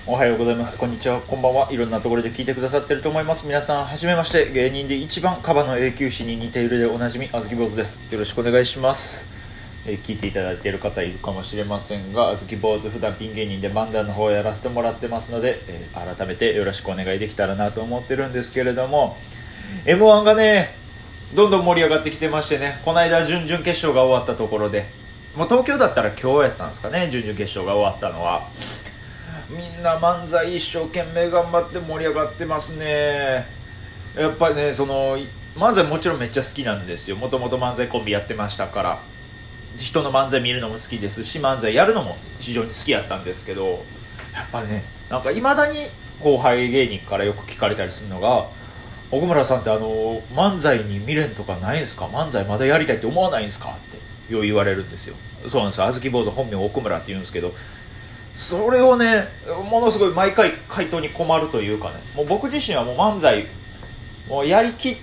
おはようございます。こんにちは。こんばんは。いろんなところで聞いてくださってると思います。皆さん、はじめまして。芸人で一番カバの永久歯に似ているでおなじみ、あずき坊主です。よろしくお願いします。聞いていただいている方いるかもしれませんが、あずき坊主普段ピン芸人で漫談の方をやらせてもらってますので、改めてよろしくお願いできたらなと思ってるんですけれども、M1 がね、どんどん盛り上がってきてましてね、この間準々決勝が終わったところで、もう東京だったら今日やったんですかね、準々決勝が終わったのは。みんな漫才一生懸命頑張って盛り上がってますね。やっぱりね、漫才もちろんめっちゃ好きなんですよ。もともと漫才コンビやってましたから、人の漫才見るのも好きですし、漫才やるのも非常に好きやったんですけど、やっぱりね、なんか未だに後輩芸人からよく聞かれたりするのが、奥村さんって漫才に未練とかないんですか、漫才まだやりたいって思わないんですかってよう言われるんですよ。そうなんですよ。あずき坊主本名奥村って言うんですけど、それをね、ものすごい毎回回答に困るというかね、もう僕自身はもう漫才もうやりきって、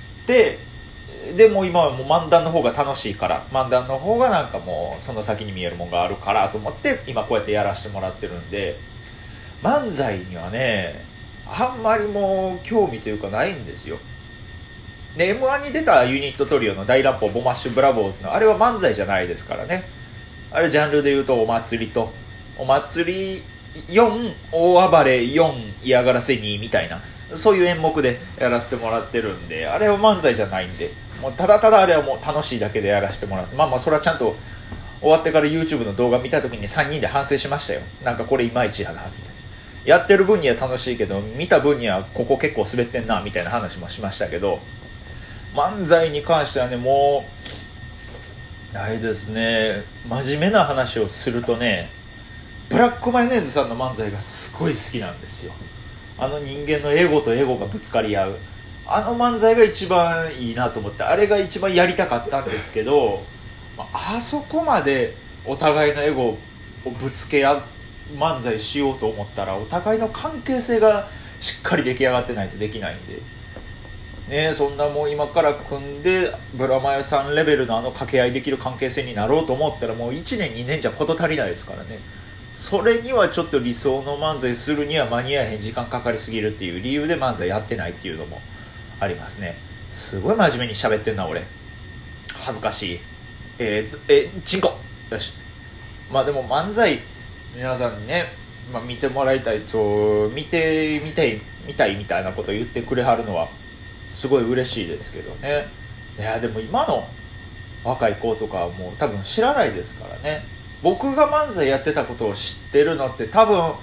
でも今はもう漫談の方が楽しいから、漫談の方がなんかもうその先に見えるものがあるからと思って今こうやってやらせてもらってるんで、漫才にはねあんまりもう興味というかないんですよ。で M1 に出たユニットトリオの大乱暴ボマッシュブラボーズのあれは漫才じゃないですからね。あれジャンルで言うとお祭りとお祭り4大暴れ4嫌がらせ2みたいな、そういう演目でやらせてもらってるんで、あれは漫才じゃないんで、もうただただあれはもう楽しいだけでやらせてもらって、まあそれはちゃんと終わってから YouTube の動画見た時に3人で反省しましたよ。なんかこれいまいちやなみたいな、やってる分には楽しいけど見た分にはここ結構滑ってんなみたいな話もしましたけど、漫才に関してはね、もうないですね。真面目な話をするとね、ブラックマヨネーズさんの漫才がすごい好きなんですよ。人間のエゴとエゴがぶつかり合う漫才が一番いいなと思って、あれが一番やりたかったんですけど、あそこまでお互いのエゴをぶつけ合う漫才しようと思ったら、お互いの関係性がしっかり出来上がってないとできないんでね。そんなもう今から組んでブラマヨさんレベルの掛け合いできる関係性になろうと思ったら、もう1年2年じゃ事足りないですからね。それにはちょっと理想の漫才するには間に合えへん、時間かかりすぎるっていう理由で漫才やってないっていうのもありますね。すごい真面目に喋ってんな俺、恥ずかしい。チンコよし。でも漫才皆さんにね、見てもらいたいと、見てみたいみたいなことを言ってくれはるのはすごい嬉しいですけどね。いやでも今の若い子とかはもう多分知らないですからね。僕が漫才やってたことを知ってるのって多分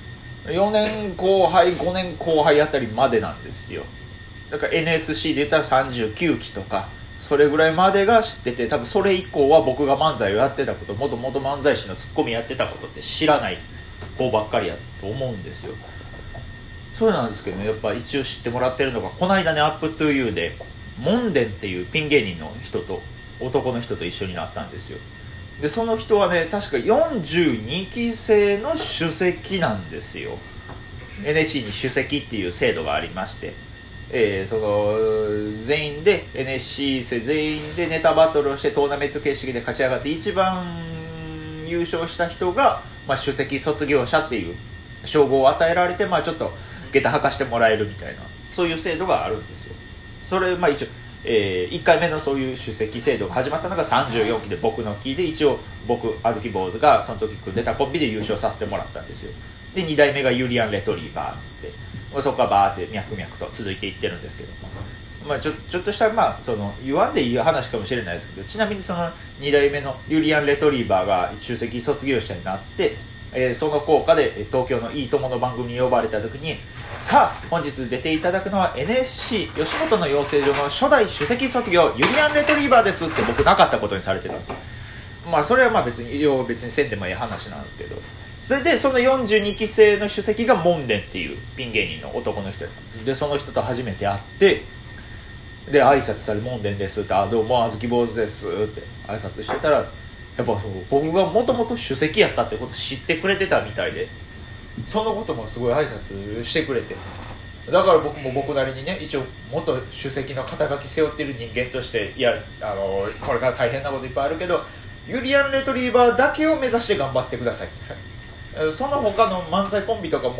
4年後輩5年後輩あたりまでなんですよ。だから NSC で言ったら39期とかそれぐらいまでが知ってて、多分それ以降は僕が漫才をやってたこと、もともと漫才師のツッコミやってたことって知らない子ばっかりやと思うんですよ。そうなんですけどね、やっぱ一応知ってもらってるのが、この間ね、アップトゥーユーでモンデンっていうピン芸人の人と男の人と一緒になったんですよ。でその人はね、確か42期生の首席なんですよ。 NSC に首席っていう制度がありまして、全員で NSC 生全員でネタバトルをしてトーナメント形式で勝ち上がって一番優勝した人が、首席卒業者っていう称号を与えられて、ちょっと下駄履かしてもらえるみたいな、そういう制度があるんですよ。それ一応1回目のそういう首席制度が始まったのが34期で僕の期で、一応僕あずき坊主がその時組んでたコンビで優勝させてもらったんですよ。で2代目がユリアン・レトリーバーって、そこからバーって脈々と続いていってるんですけど、ちょっとした言わんでいい話かもしれないですけど、ちなみにその2代目のユリアン・レトリーバーが首席卒業者になって、その効果で東京のいいともの番組に呼ばれた時に、さあ本日出ていただくのは NSC 吉本の養成所の初代首席卒業ユリアン・レトリーバーですって僕なかったことにされてたんですよ。それは別にせんでもいい話なんですけど、それでその42期生の首席がモンデンっていうピン芸人の男の人で、その人と初めて会って、で挨拶され、モンデンですって、どうもあずき坊主ですって挨拶してたら、やっぱ僕がもともと首席やったってこと知ってくれてたみたいで、そのこともすごい挨拶してくれて、だから僕も僕なりにね、一応元首席の肩書き背負ってる人間として、いやこれから大変なこといっぱいあるけどユリアン・レトリーバーだけを目指して頑張ってくださいって、その他の漫才コンビとかも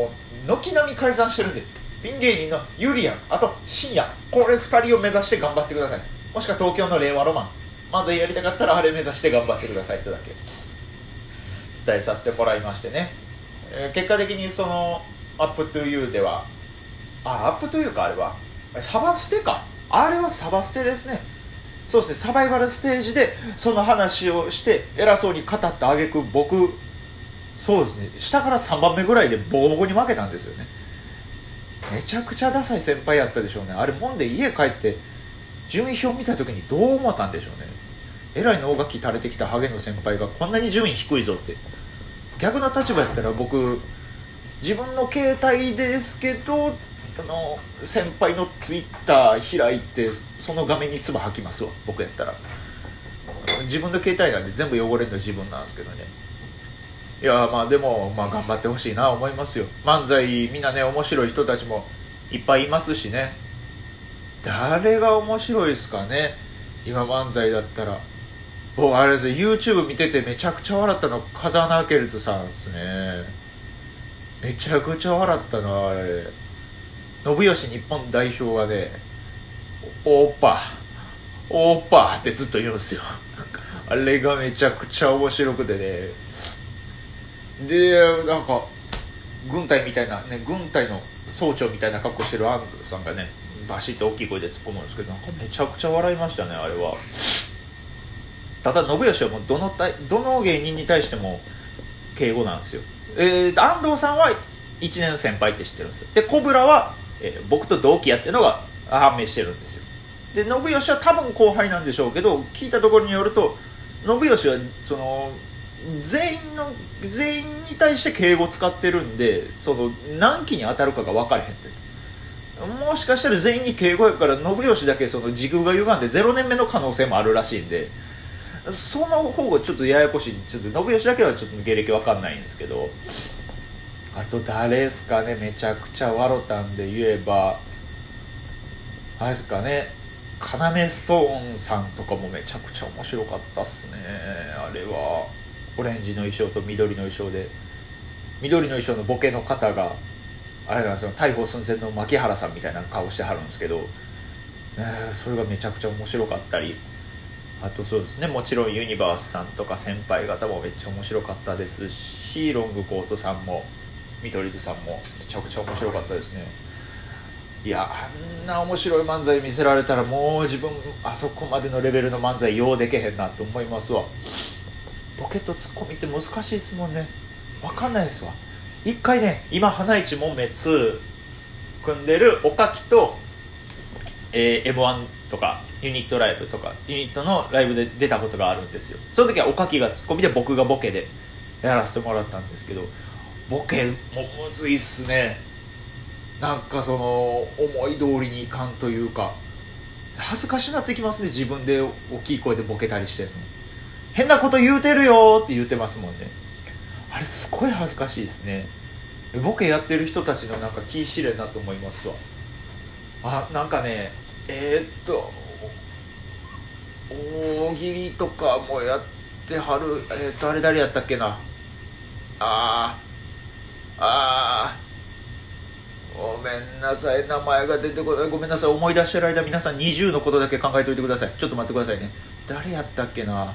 軒並み解散してるんで、ピン芸人のユリアン、あと深夜、これ2人を目指して頑張ってください。もしくは東京の令和ロマン、漫才やりたかったらあれ目指して頑張ってくださいとだけ伝えさせてもらいましてね、結果的にそのアップトゥーユーでは、アップトゥーユーか、あれはサバステか、あれはサバステですね。そうですね、サバイバルステージでその話をして偉そうに語った挙句、僕そうですね、下から3番目ぐらいでボコボコに負けたんですよね。めちゃくちゃダサい先輩やったでしょうね。あれもんで家帰って順位表見た時にどう思ったんでしょうね。えらい脳が垂れてきたハゲの先輩がこんなに順位低いぞって。逆の立場やったら僕自分の携帯ですけど先輩のツイッター開いてその画面に唾吐きますわ、僕やったら。自分の携帯なんで全部汚れるの自分なんですけどね。いやまあでも頑張ってほしいな思いますよ。漫才みんなね面白い人たちもいっぱいいますしね。誰が面白いですかね今漫才だったら。あれですね、 YouTube 見ててめちゃくちゃ笑ったの風穴開けるつさんですね。めちゃくちゃ笑ったなあれ。信義日本代表がね、オーパーってずっと言うんですよ。あれがめちゃくちゃ面白くてね。でなんか軍隊みたいなね、軍隊の総長みたいな格好してる安藤さんがねバシッと大きい声で突っ込むんですけど、なんかめちゃくちゃ笑いましたねあれは。ただ信義はもうどの芸人に対しても敬語なんですよ。安藤さんは1年先輩って知ってるんですよ。でコブラは、僕と同期やってるのが判明してるんですよ。で信義は多分後輩なんでしょうけど、聞いたところによると信義はその全員に対して敬語使ってるんで、その何期に当たるかが分からへんって。もしかしたら全員に敬語やから信義だけその時空が歪んで0年目の可能性もあるらしいんで、その方がちょっとややこしい。ちょっと信義だけはちょっと芸歴分かんないんですけど、あと誰ですかね、めちゃくちゃ笑ったんで言えばあれですかね、カナメストーンさんとかもめちゃくちゃ面白かったっすね。あれはオレンジの衣装と緑の衣装で、緑の衣装のボケの方があれなんですよ、逮捕寸前の牧原さんみたいな顔してはるんですけど、それがめちゃくちゃ面白かったり、あとそうですね、もちろんユニバースさんとか先輩方もめっちゃ面白かったですし、ロングコートさんも見取り図さんもめちゃくちゃ面白かったですね。いや、あんな面白い漫才見せられたらもう自分あそこまでのレベルの漫才ようでけへんなと思いますわ。ボケとツッコミって難しいですもんね。分かんないですわ。一回ね、今花一門滅組んでるおかきと、M1 とかユニットライブとかユニットのライブで出たことがあるんですよ。その時はおかきがツッコミで僕がボケでやらせてもらったんですけど、ボケもむずいっすね。なんかその思い通りにいかんというか、恥ずかしなってきますね。自分で大きい声でボケたりしてんの、変なこと言うてるよって言ってますもんね。あれすごい恥ずかしいですね。ボケやってる人たちのなんか気知れんなと思いますわ。なんかね、大喜利とかもやってはる。あれ誰やったっけな。ごめんなさい、名前が出てこない。ごめんなさい、思い出してる間皆さん20のことだけ考えておいてください。ちょっと待ってくださいね。誰やったっけな。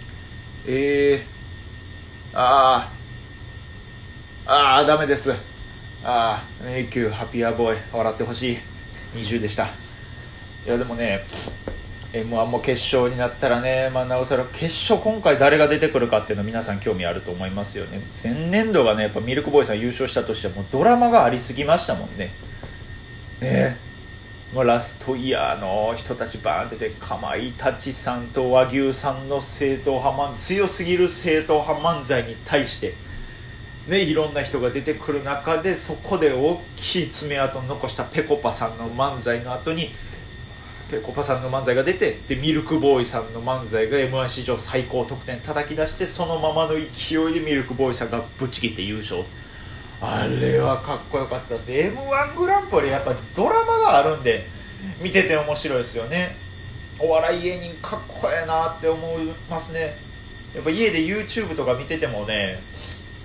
ダメです。迷宮ハピアボーイ、笑ってほしい。20でした。いやでもね、M1 も決勝になったらね、なおさら決勝今回誰が出てくるかっていうの皆さん興味あると思いますよね。前年度がね、やっぱミルクボーイさん優勝したとしてもドラマがありすぎましたもんね。もうラストイヤーの人たちバーンって出て、かまいたちさんと和牛さんの正統派強すぎる正統派漫才に対してね、いろんな人が出てくる中で、そこで大きい爪痕を残したぺこぱさんの漫才の後にぺこぱさんの漫才が出て、でミルクボーイさんの漫才が M1 史上最高得点叩き出して、そのままの勢いでミルクボーイさんがぶっちぎって優勝。あれはかっこよかったですね。 M1 グランプリやっぱドラマがあるんで見てて面白いですよね。お笑い芸人かっこええなって思いますね。やっぱ家で YouTube とか見ててもね、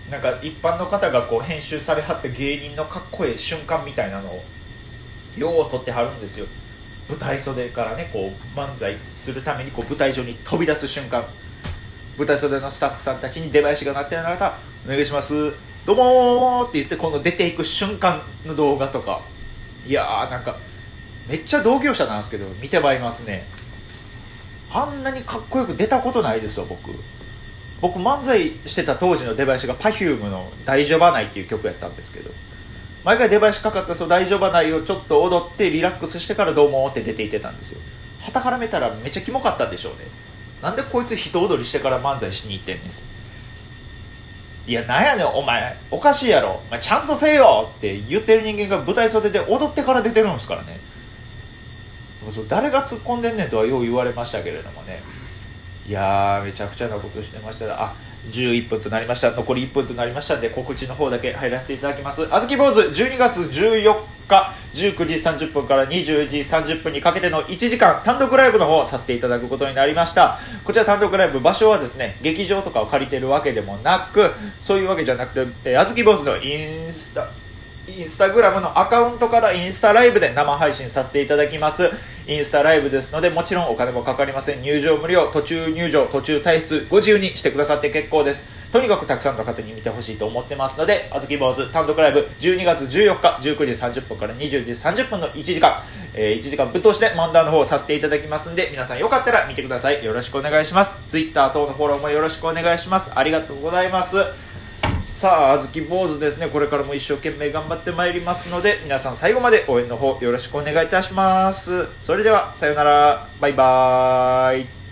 なんか一般の方がこう編集されはって芸人のかっこいい瞬間みたいなのをよう撮ってはるんですよ。舞台袖からねこう漫才するためにこう舞台上に飛び出す瞬間、舞台袖のスタッフさんたちに出囃子が鳴ってながらお願いしますどうもーって言ってこの出ていく瞬間の動画とか、いやーなんかめっちゃ同業者なんですけど見てまいりますね。あんなにかっこよく出たことないですわ。僕漫才してた当時の出囃子が Perfume の大丈夫ないっていう曲やったんですけど、毎回出囃子かかったその大丈夫ないをちょっと踊ってリラックスしてからどうもって出ていってたんですよ。旗から見たらめっちゃキモかったんでしょうね。なんでこいつ人踊りしてから漫才しに行ってんねんって。いやなんやねんお前おかしいやろ、お前ちゃんとせえよって言ってる人間が舞台袖で踊ってから出てるんですからね。誰が突っ込んでんねんとはよう言われましたけれどもね。いやーめちゃくちゃなことしてました。あ、11分となりました。残り1分となりましたんで告知の方だけ入らせていただきます。あずき坊主12月14日19時30分から20時30分にかけての1時間単独ライブの方をさせていただくことになりました。こちら単独ライブ場所はですね劇場とかを借りてるわけでもなく、そういうわけじゃなくてあずき坊主のインスタグラムのアカウントからインスタライブで生配信させていただきます。インスタライブですのでもちろんお金もかかりません。入場無料、途中入場、途中退出ご自由にしてくださって結構です。とにかくたくさんの方に見てほしいと思ってますので、あずき坊主単独ライブ12月14日19時30分から20時30分の1時間、1時間ぶっ通しで漫談の方をさせていただきますんで、皆さんよかったら見てください。よろしくお願いします。Twitter 等のフォローもよろしくお願いします。ありがとうございます。さあ、あずき坊主ですね。これからも一生懸命頑張ってまいりますので、皆さん最後まで応援の方よろしくお願いいたします。それでは、さようなら。バイバーイ。